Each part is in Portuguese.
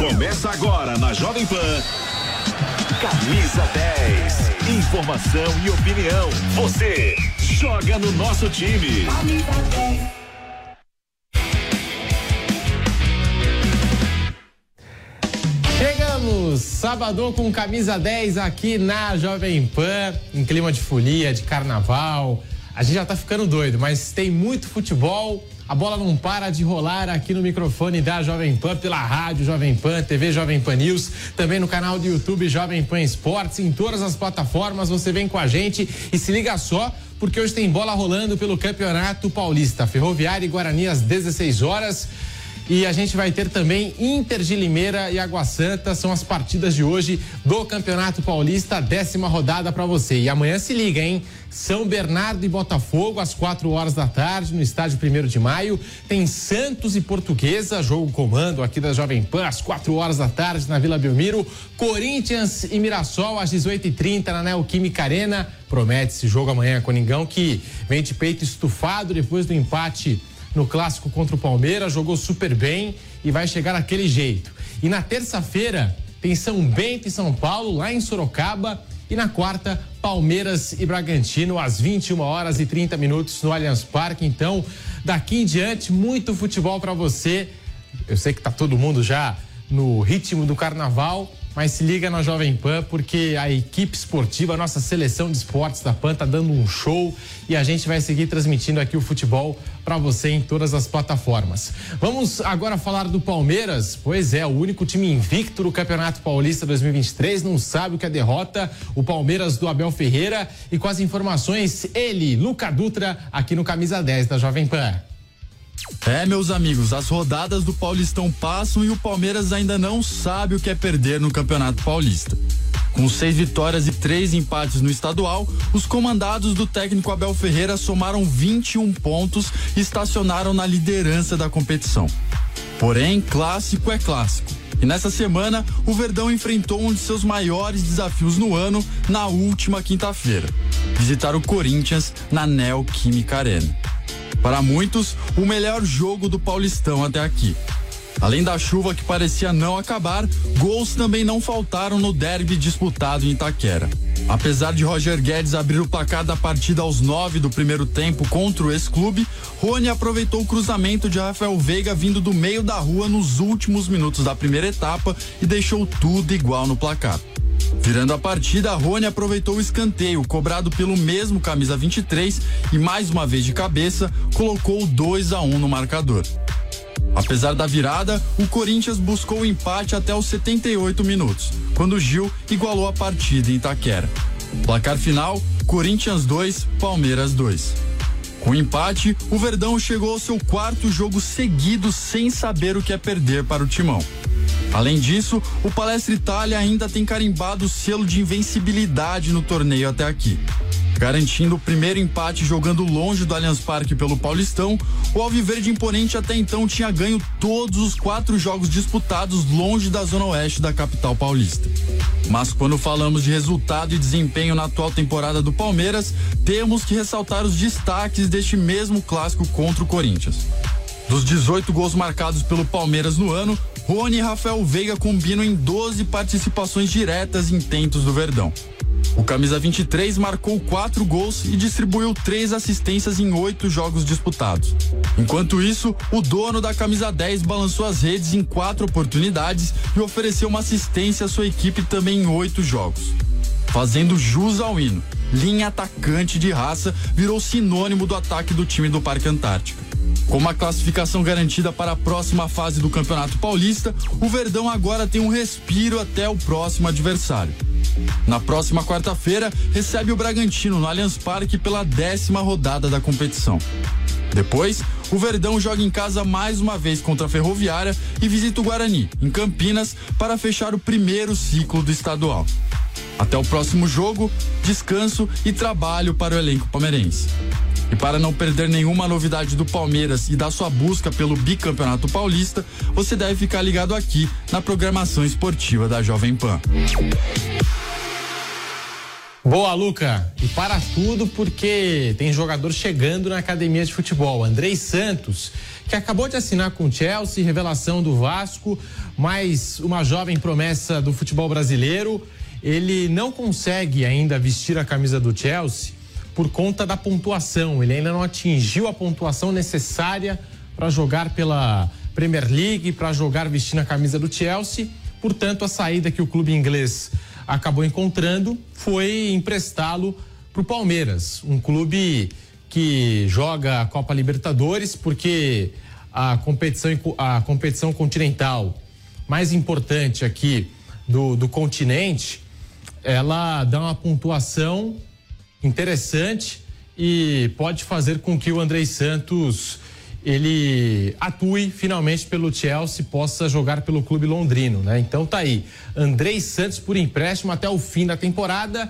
Começa agora na Jovem Pan. Camisa 10. Informação e opinião. Você joga no nosso time. Camisa 10. Chegamos, sábado com Camisa 10 aqui na Jovem Pan, em clima de folia, de carnaval. A gente já tá ficando doido, mas tem muito futebol. A bola não para de rolar aqui no microfone da Jovem Pan, pela rádio Jovem Pan, TV Jovem Pan News, também no canal do YouTube Jovem Pan Esportes, em todas as plataformas. Você vem com a gente e se liga só, porque hoje tem bola rolando pelo Campeonato Paulista. Ferroviária e Guarani às 16 horas. E a gente vai ter também Inter de Limeira e Água Santa, são as partidas de hoje do Campeonato Paulista, 10ª rodada para você. E amanhã se liga, hein? São Bernardo e Botafogo às 4 horas da tarde no estádio 1º de Maio. Tem Santos e Portuguesa, jogo comando aqui da Jovem Pan às 4 horas da tarde na Vila Belmiro. Corinthians e Mirassol às 18h30 na Neoquímica Arena. Promete esse jogo amanhã, Coningão, que vem de peito estufado depois do empate no clássico contra o Palmeiras, jogou super bem e vai chegar daquele jeito. E na terça-feira tem São Bento e São Paulo lá em Sorocaba, e na quarta Palmeiras e Bragantino às 21h30 no Allianz Parque. Então, daqui em diante, muito futebol para você. Eu sei que tá todo mundo já no ritmo do carnaval, mas se liga na Jovem Pan, porque a equipe esportiva, a nossa seleção de esportes da Pan tá dando um show e a gente vai seguir transmitindo aqui o futebol para você em todas as plataformas. Vamos agora falar do Palmeiras. Pois é, o único time invicto do Campeonato Paulista 2023, não sabe o que é derrota, o Palmeiras do Abel Ferreira. E com as informações, ele, Luca Dutra, aqui no Camisa 10 da Jovem Pan. Meus amigos, as rodadas do Paulistão passam e o Palmeiras ainda não sabe o que é perder no Campeonato Paulista. Com 6 vitórias e 3 empates no estadual, os comandados do técnico Abel Ferreira somaram 21 pontos e estacionaram na liderança da competição. Porém, clássico é clássico. E nessa semana, o Verdão enfrentou um de seus maiores desafios no ano na última quinta-feira: visitar o Corinthians na Neoquímica Arena. Para muitos, o melhor jogo do Paulistão até aqui. Além da chuva que parecia não acabar, gols também não faltaram no derby disputado em Itaquera. Apesar de Roger Guedes abrir o placar da partida aos 9 do primeiro tempo contra o ex-clube, Rony aproveitou o cruzamento de Rafael Veiga vindo do meio da rua nos últimos minutos da primeira etapa e deixou tudo igual no placar. Virando a partida, Rony aproveitou o escanteio cobrado pelo mesmo camisa 23 e mais uma vez de cabeça colocou 2-1 no marcador. Apesar da virada, o Corinthians buscou o empate até os 78 minutos, quando Gil igualou a partida em Itaquera. Placar final: Corinthians 2, Palmeiras 2. Com o empate, o Verdão chegou ao seu 4º jogo seguido sem saber o que é perder para o Timão. Além disso, o Palestra Itália ainda tem carimbado o selo de invencibilidade no torneio até aqui. Garantindo o primeiro empate jogando longe do Allianz Parque pelo Paulistão, o Alviverde Imponente até então tinha ganho todos os 4 jogos disputados longe da zona oeste da capital paulista. Mas quando falamos de resultado e desempenho na atual temporada do Palmeiras, temos que ressaltar os destaques deste mesmo clássico contra o Corinthians. Dos 18 gols marcados pelo Palmeiras no ano, Rony e Rafael Veiga combinam em 12 participações diretas em tentos do Verdão. O camisa 23 marcou 4 gols e distribuiu 3 assistências em 8 jogos disputados. Enquanto isso, o dono da camisa 10 balançou as redes em 4 oportunidades e ofereceu uma assistência à sua equipe também em 8 jogos. Fazendo jus ao hino, linha atacante de raça virou sinônimo do ataque do time do Parque Antártica. Com uma classificação garantida para a próxima fase do Campeonato Paulista, o Verdão agora tem um respiro até o próximo adversário. Na próxima quarta-feira, recebe o Bragantino no Allianz Parque pela 10ª rodada da competição. Depois, o Verdão joga em casa mais uma vez contra a Ferroviária e visita o Guarani, em Campinas, para fechar o primeiro ciclo do estadual. Até o próximo jogo, descanso e trabalho para o elenco palmeirense. E para não perder nenhuma novidade do Palmeiras e da sua busca pelo bicampeonato paulista, você deve ficar ligado aqui na programação esportiva da Jovem Pan. Boa, Luca. E para tudo porque tem jogador chegando na academia de futebol. Andrei Santos, que acabou de assinar com o Chelsea, revelação do Vasco, mas uma jovem promessa do futebol brasileiro. Ele não consegue ainda vestir a camisa do Chelsea por conta da pontuação. Ele ainda não atingiu a pontuação necessária para jogar pela Premier League, para jogar vestindo a camisa do Chelsea. Portanto, a saída que o clube inglês acabou encontrando foi emprestá-lo para o Palmeiras, um clube que joga a Copa Libertadores, porque a competição continental mais importante aqui do continente, ela dá uma pontuação interessante e pode fazer com que o Andrei Santos ele atue finalmente pelo Chelsea, possa jogar pelo clube londrino, né? Então tá aí, Andrei Santos por empréstimo até o fim da temporada,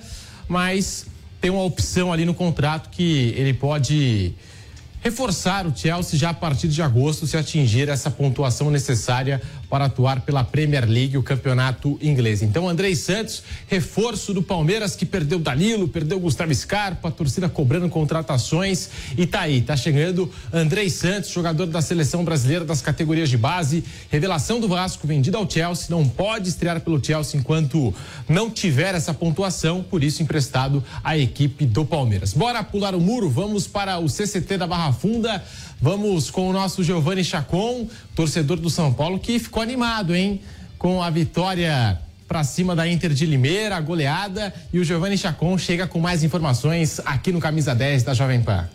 mas tem uma opção ali no contrato que ele pode reforçar o Chelsea já a partir de agosto, se atingir essa pontuação necessária para atuar pela Premier League, o campeonato inglês. Então, Andrei Santos, reforço do Palmeiras, que perdeu Danilo, perdeu Gustavo Scarpa, a torcida cobrando contratações, e tá aí, tá chegando Andrei Santos, jogador da seleção brasileira das categorias de base, revelação do Vasco, vendido ao Chelsea, não pode estrear pelo Chelsea enquanto não tiver essa pontuação, por isso emprestado à equipe do Palmeiras. Bora pular o muro, vamos para o CCT da Barra Funda, vamos com o nosso Giovanni Chacon, torcedor do São Paulo, que ficou animado, hein? Com a vitória para cima da Inter de Limeira, a goleada, e o Giovanni Chacon chega com mais informações aqui no Camisa 10 da Jovem Pan.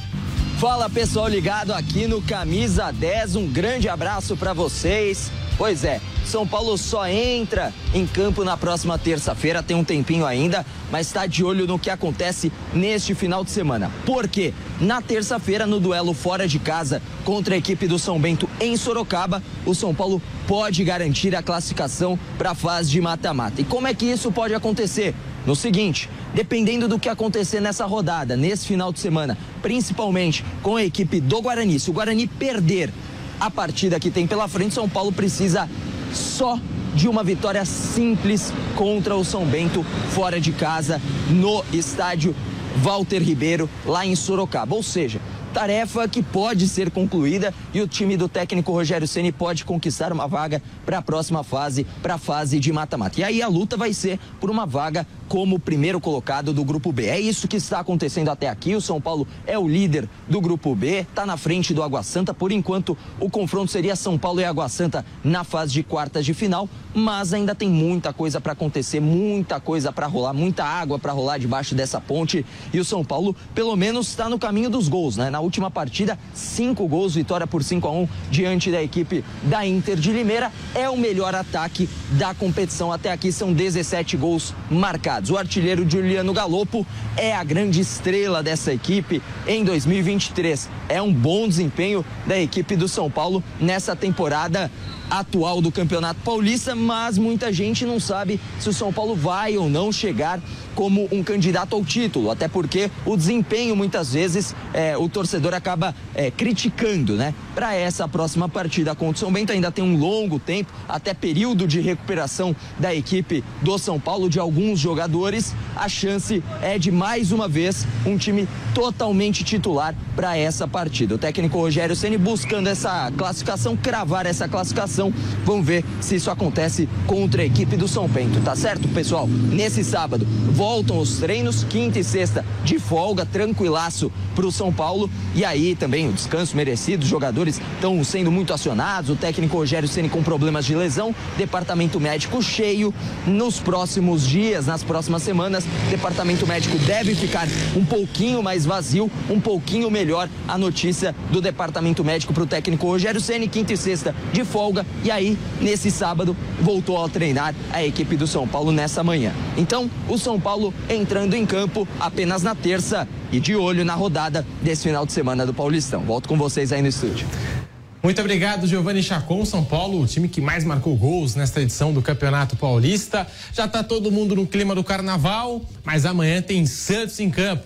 Fala, pessoal ligado aqui no Camisa 10, um grande abraço para vocês. Pois é, São Paulo só entra em campo na próxima terça-feira, tem um tempinho ainda, mas está de olho no que acontece neste final de semana. Porque na terça-feira, no duelo fora de casa contra a equipe do São Bento em Sorocaba, o São Paulo pode garantir a classificação para a fase de mata-mata. E como é que isso pode acontecer? No seguinte, dependendo do que acontecer nessa rodada, nesse final de semana, principalmente com a equipe do Guarani, se o Guarani perder a partida que tem pela frente, São Paulo precisa só de uma vitória simples contra o São Bento fora de casa no estádio Walter Ribeiro, lá em Sorocaba. Ou seja, tarefa que pode ser concluída e o time do técnico Rogério Ceni pode conquistar uma vaga para a próxima fase, para a fase de mata-mata. E aí a luta vai ser por uma vaga como primeiro colocado do Grupo B. É isso que está acontecendo até aqui. O São Paulo é o líder do Grupo B, está na frente do Água Santa. Por enquanto, o confronto seria São Paulo e Água Santa na fase de quartas de final, mas ainda tem muita coisa para acontecer, muita coisa para rolar, muita água para rolar debaixo dessa ponte. E o São Paulo, pelo menos, está no caminho dos gols, né? Na última partida, 5 gols, vitória por 5-1 diante da equipe da Inter de Limeira. É o melhor ataque da competição. Até aqui são 17 gols marcados. O artilheiro Juliano Galopo é a grande estrela dessa equipe em 2023. É um bom desempenho da equipe do São Paulo nessa temporada atual do Campeonato Paulista, mas muita gente não sabe se o São Paulo vai ou não chegar como um candidato ao título, até porque o desempenho muitas vezes o torcedor acaba criticando, né? Para essa próxima partida contra o São Bento ainda tem um longo tempo, até período de recuperação da equipe do São Paulo, de alguns jogadores. A chance é de mais uma vez um time totalmente titular para essa partida. O técnico Rogério Ceni buscando essa classificação, cravar essa classificação. Vamos ver se isso acontece contra a equipe do São Bento, tá certo, pessoal? Nesse sábado voltam os treinos, quinta e sexta de folga, tranquilaço para o São Paulo, e aí também o descanso merecido. Os jogadores estão sendo muito acionados, o técnico Rogério Ceni com problemas de lesão, departamento médico cheio. Nos próximos dias, nas próximas semanas, o departamento médico deve ficar um pouquinho mais vazio, um pouquinho melhor a notícia do departamento médico para o técnico Rogério Ceni. Quinta e sexta de folga, e aí nesse sábado voltou a treinar a equipe do São Paulo nessa manhã. Então o São Paulo entrando em campo apenas na terça e de olho na rodada desse final de semana do Paulistão. Volto com vocês aí no estúdio. Muito obrigado, Giovanni Chacon. São Paulo, o time que mais marcou gols nesta edição do Campeonato Paulista. Já tá todo mundo no clima do carnaval, mas amanhã tem Santos em campo.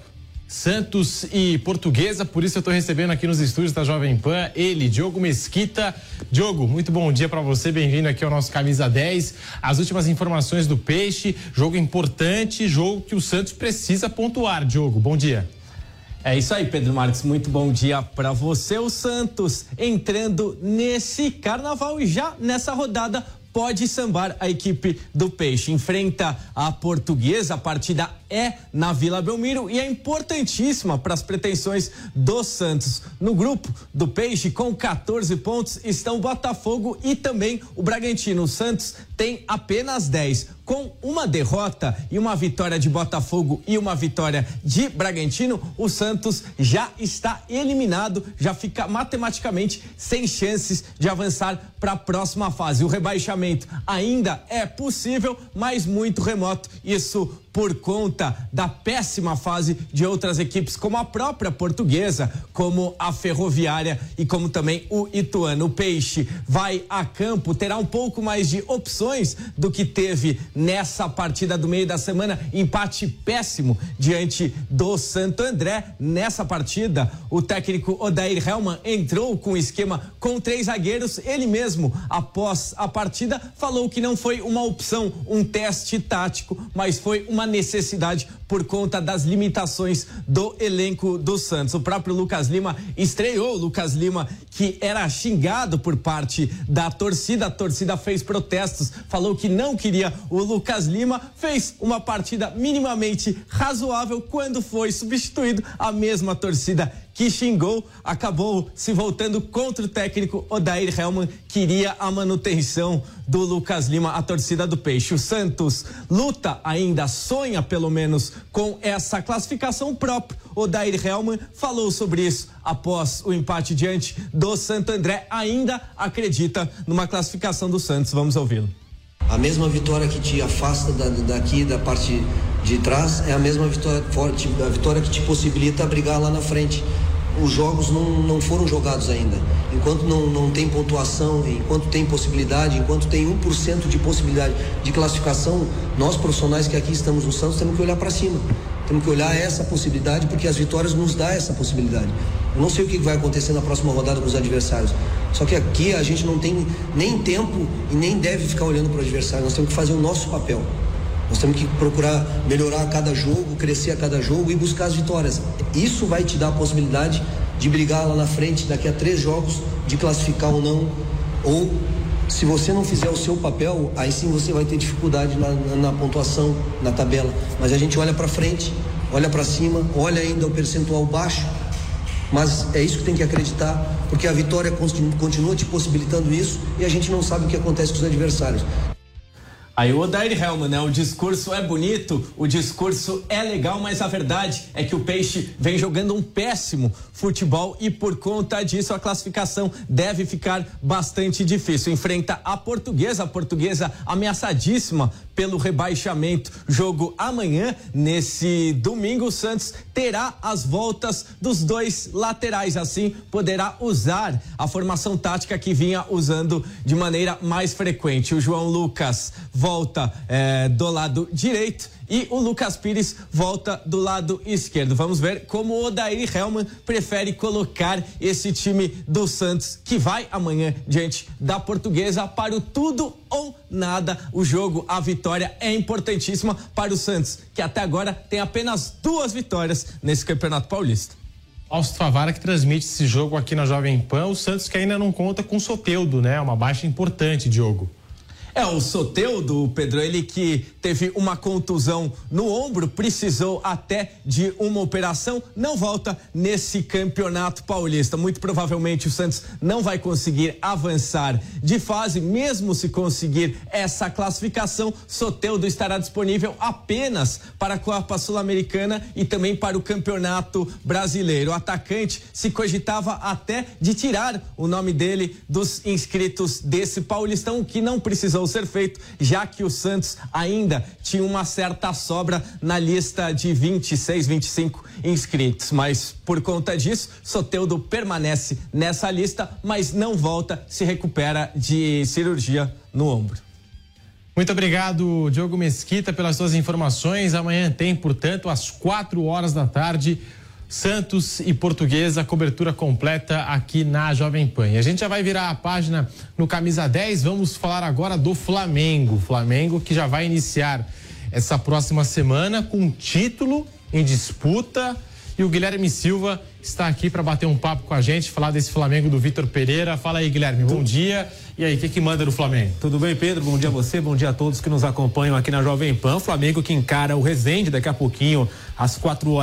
Santos e Portuguesa, por isso eu estou recebendo aqui nos estúdios da Jovem Pan ele, Diogo Mesquita. Diogo, muito bom dia para você, bem-vindo aqui ao nosso Camisa 10. As últimas informações do Peixe, jogo importante, jogo que o Santos precisa pontuar. Diogo, bom dia. É isso aí, Pedro Marques, muito bom dia para você. O Santos entrando nesse carnaval e já nessa rodada pode sambar a equipe do Peixe. Enfrenta a Portuguesa, a partida é na Vila Belmiro e é importantíssima para as pretensões do Santos. No grupo do Peixe, com 14 pontos, estão o Botafogo e também o Bragantino. O Santos tem apenas 10. Com uma derrota e uma vitória de Botafogo e uma vitória de Bragantino, o Santos já está eliminado, já fica matematicamente sem chances de avançar para a próxima fase. O rebaixamento ainda é possível, mas muito remoto. Isso por conta da péssima fase de outras equipes, como a própria Portuguesa, como a Ferroviária e como também o Ituano. O Peixe vai a campo, terá um pouco mais de opções do que teve nessa partida do meio da semana, empate péssimo diante do Santo André. Nessa partida, o técnico Odair Hellmann entrou com um esquema com 3 zagueiros. Ele mesmo, após a partida, falou que não foi uma opção, um teste tático, mas foi uma necessidade por conta das limitações do elenco do Santos. O próprio Lucas Lima estreou. O Lucas Lima, que era xingado por parte da torcida, a torcida fez protestos, falou que não queria o Lucas Lima, fez uma partida minimamente razoável. Quando foi substituído, a mesma torcida que xingou acabou se voltando contra o técnico Odair Hellmann, queria a manutenção do Lucas Lima, a torcida do Peixe. O Santos luta ainda, sonha pelo menos com essa classificação. O próprio Odair Hellmann falou sobre isso após o empate diante do Santo André, ainda acredita numa classificação do Santos. Vamos ouvi-lo. A mesma vitória que te afasta daqui, da parte de trás, é a mesma vitória forte, a vitória que te possibilita brigar lá na frente. Os jogos não foram jogados ainda. Enquanto não tem pontuação, enquanto tem possibilidade, enquanto tem 1% de possibilidade de classificação, nós profissionais que aqui estamos no Santos temos que olhar para cima. Temos que olhar essa possibilidade, porque as vitórias nos dão essa possibilidade. Eu não sei o que vai acontecer na próxima rodada com os adversários. Só que aqui a gente não tem nem tempo e nem deve ficar olhando para o adversário. Nós temos que fazer o nosso papel. Nós temos que procurar melhorar a cada jogo, crescer a cada jogo e buscar as vitórias. Isso vai te dar a possibilidade de brigar lá na frente, daqui a 3 jogos, de classificar ou não. Ou, se você não fizer o seu papel, aí sim você vai ter dificuldade na pontuação, na tabela. Mas a gente olha para frente, olha para cima, olha ainda o percentual baixo, mas é isso que tem que acreditar, porque a vitória continua te possibilitando isso e a gente não sabe o que acontece com os adversários. Aí o Odair Hellmann, né? O discurso é bonito, o discurso é legal, mas a verdade é que o Peixe vem jogando um péssimo futebol e por conta disso a classificação deve ficar bastante difícil. Enfrenta a Portuguesa ameaçadíssima pelo rebaixamento. Jogo amanhã, nesse domingo, o Santos terá as voltas dos 2 laterais, assim poderá usar a formação tática que vinha usando de maneira mais frequente. O João Lucas volta do lado direito e o Lucas Pires volta do lado esquerdo. Vamos ver como o Odair Hellmann prefere colocar esse time do Santos, que vai amanhã diante da Portuguesa para o tudo ou nada. O jogo, a vitória é importantíssima para o Santos, que até agora tem apenas 2 vitórias nesse Campeonato Paulista. Fausto Favara que transmite esse jogo aqui na Jovem Pan. O Santos que ainda não conta com o Soteldo, né? Uma baixa importante, Diogo. O Soteldo, Pedro, ele que teve uma contusão no ombro, precisou até de uma operação, não volta nesse Campeonato Paulista. Muito provavelmente o Santos não vai conseguir avançar de fase, mesmo se conseguir essa classificação. Soteldo estará disponível apenas para a Copa Sul-Americana e também para o Campeonato Brasileiro. O atacante se cogitava até de tirar o nome dele dos inscritos desse Paulistão, que não precisou ser feito, já que o Santos ainda tinha uma certa sobra na lista de 26, 25 inscritos, mas por conta disso, Soteldo permanece nessa lista, mas não volta, se recupera de cirurgia no ombro. Muito obrigado, Diogo Mesquita, pelas suas informações. Amanhã tem, portanto, às 4h, Santos e Portuguesa, cobertura completa aqui na Jovem Pan. E a gente já vai virar a página no Camisa 10, vamos falar agora do Flamengo. Flamengo que já vai iniciar essa próxima semana com título em disputa. E o Guilherme Silva está aqui para bater um papo com a gente, falar desse Flamengo do Vitor Pereira. Fala aí, Guilherme, bom dia. E aí, o que manda do Flamengo? Tudo bem, Pedro? Bom dia a você, bom dia a todos que nos acompanham aqui na Jovem Pan. O Flamengo que encara o Resende daqui a pouquinho, às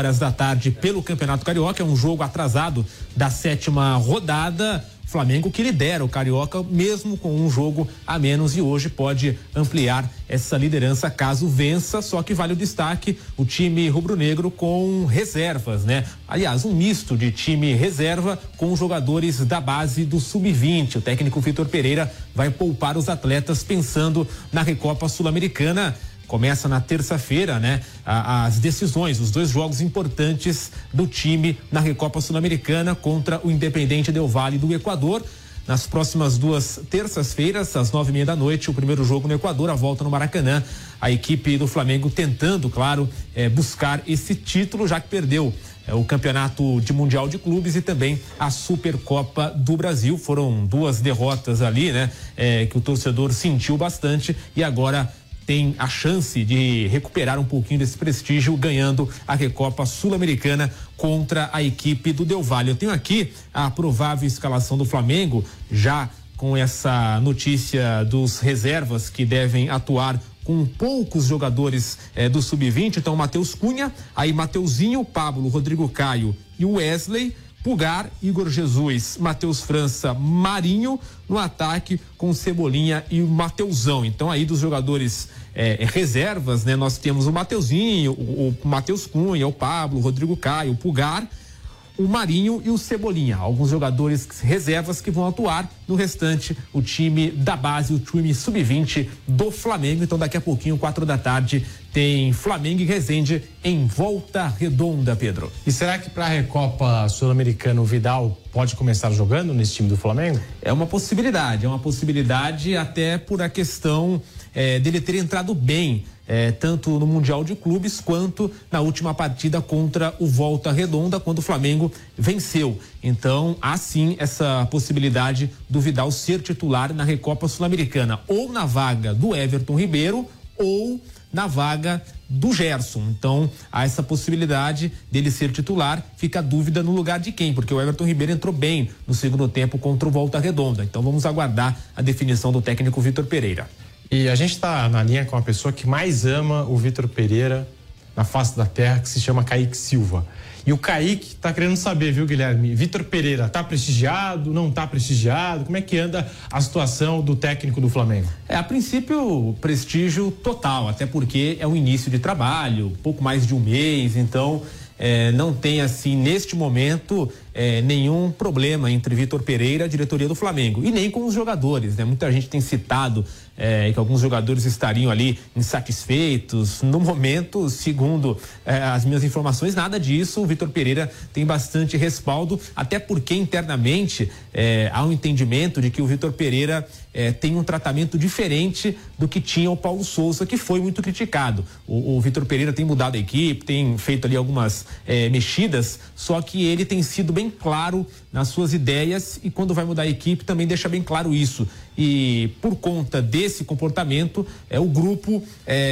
4h, pelo Campeonato Carioca. É um jogo atrasado da 7ª rodada. Flamengo que lidera o Carioca, mesmo com um jogo a menos, e hoje pode ampliar essa liderança caso vença. Só que vale o destaque, o time rubro-negro com reservas, né? Aliás, um misto de time reserva com jogadores da base do Sub-20. O técnico Vitor Pereira vai poupar os atletas pensando na Recopa Sul-Americana. Começa na terça-feira, né? As decisões, os 2 jogos importantes do time na Recopa Sul-Americana contra o Independente Del Valle do Equador. Nas próximas 2 terças-feiras, às 9h30, o primeiro jogo no Equador, a volta no Maracanã. A equipe do Flamengo tentando, claro, buscar esse título, já que perdeu o campeonato de Mundial de Clubes e também a Supercopa do Brasil. Foram 2 derrotas ali, né? Que o torcedor sentiu bastante, e agora tem a chance de recuperar um pouquinho desse prestígio ganhando a Recopa Sul-Americana contra a equipe do Del Valle. Eu tenho aqui a provável escalação do Flamengo, já com essa notícia dos reservas que devem atuar com poucos jogadores do Sub-20. Então, Matheus Cunha, aí Mateuzinho, Pablo, Rodrigo Caio e o Wesley, Pulgar, Igor Jesus, Matheus França, Marinho no ataque com Cebolinha e o Mateuzão. Então aí dos jogadores reservas, né? Nós temos o Mateuzinho, o Matheus Cunha, o Pablo, o Rodrigo Caio, o Pulgar, o Marinho e o Cebolinha. Alguns jogadores reservas que vão atuar. No restante, o time da base, o time Sub-20 do Flamengo. Então daqui a pouquinho, 4h, tem Flamengo e Resende em Volta Redonda, Pedro. E será que para a Recopa Sul-Americana o Vidal pode começar jogando nesse time do Flamengo? É uma possibilidade até por a questão dele ter entrado bem, tanto no Mundial de Clubes quanto na última partida contra o Volta Redonda, quando o Flamengo venceu. Então, há sim essa possibilidade do Vidal ser titular na Recopa Sul-Americana, ou na vaga do Everton Ribeiro, ou na vaga do Gerson. Então, há essa possibilidade dele ser titular. Fica a dúvida no lugar de quem, porque o Everton Ribeiro entrou bem no segundo tempo contra o Volta Redonda. Então, vamos aguardar a definição do técnico Vitor Pereira. E a gente está na linha com a pessoa que mais ama o Vitor Pereira na face da terra, que se chama Kaique Silva. E o Kaique está querendo saber, viu, Guilherme? Vitor Pereira está prestigiado, não está prestigiado? Como é que anda a situação do técnico do Flamengo? A princípio, prestígio total, até porque é um início de trabalho, pouco mais de um mês, então não tem, assim, neste momento, nenhum problema entre Vitor Pereira e a diretoria do Flamengo, e nem com os jogadores, né? Muita gente tem citado que alguns jogadores estariam ali insatisfeitos. No momento, segundo as minhas informações, nada disso. O Vitor Pereira tem bastante respaldo, até porque internamente há um entendimento de que o Vitor Pereira tem um tratamento diferente do que tinha o Paulo Souza, que foi muito criticado. O Vitor Pereira tem mudado a equipe, tem feito ali algumas mexidas, só que ele tem sido bem claro nas suas ideias, e quando vai mudar a equipe também deixa bem claro isso. E por conta desse comportamento, o grupo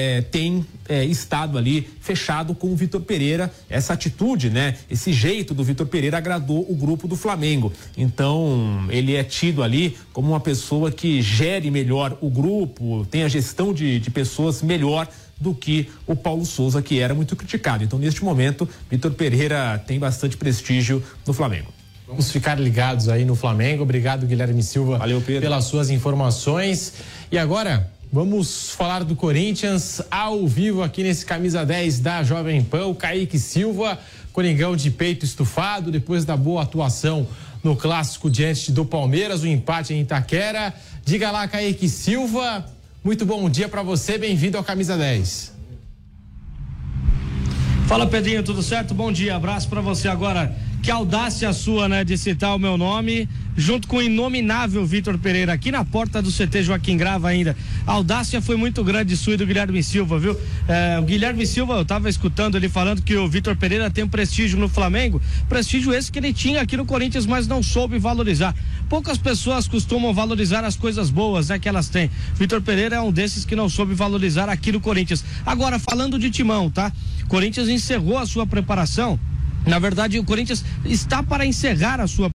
tem estado ali fechado com o Vitor Pereira. Essa atitude, né? Esse jeito do Vitor Pereira agradou o grupo do Flamengo. Então, ele é tido ali como uma pessoa que gere melhor o grupo, tem a gestão de pessoas melhor do que o Paulo Souza, que era muito criticado. Então, neste momento, Vitor Pereira tem bastante prestígio no Flamengo. Vamos ficar ligados aí no Flamengo. Obrigado, Guilherme Silva. Valeu, Pedro, pelas suas informações. E agora, vamos falar do Corinthians ao vivo aqui nesse Camisa 10 da Jovem Pan. O Kaique Silva, Coringão de peito estufado, depois da boa atuação no clássico diante do Palmeiras, o empate em Itaquera. Diga lá, Kaique Silva, muito bom dia para você, bem-vindo ao Camisa 10. Fala, Pedrinho, tudo certo? Bom dia, abraço para você agora Que audácia sua, né, de citar o meu nome, junto com o inominável Vitor Pereira, aqui na porta do CT Joaquim Grava ainda. A audácia foi muito grande sua e do Guilherme Silva, viu? O Guilherme Silva, eu tava escutando ele falando que o Vitor Pereira tem um prestígio no Flamengo, prestígio esse que ele tinha aqui no Corinthians, mas não soube valorizar. Poucas pessoas costumam valorizar as coisas boas, né, que elas têm. Vitor Pereira é um desses que não soube valorizar aqui no Corinthians. Agora, falando de timão, tá? Corinthians encerrou a sua preparação. Na verdade, o Corinthians está para encerrar a sua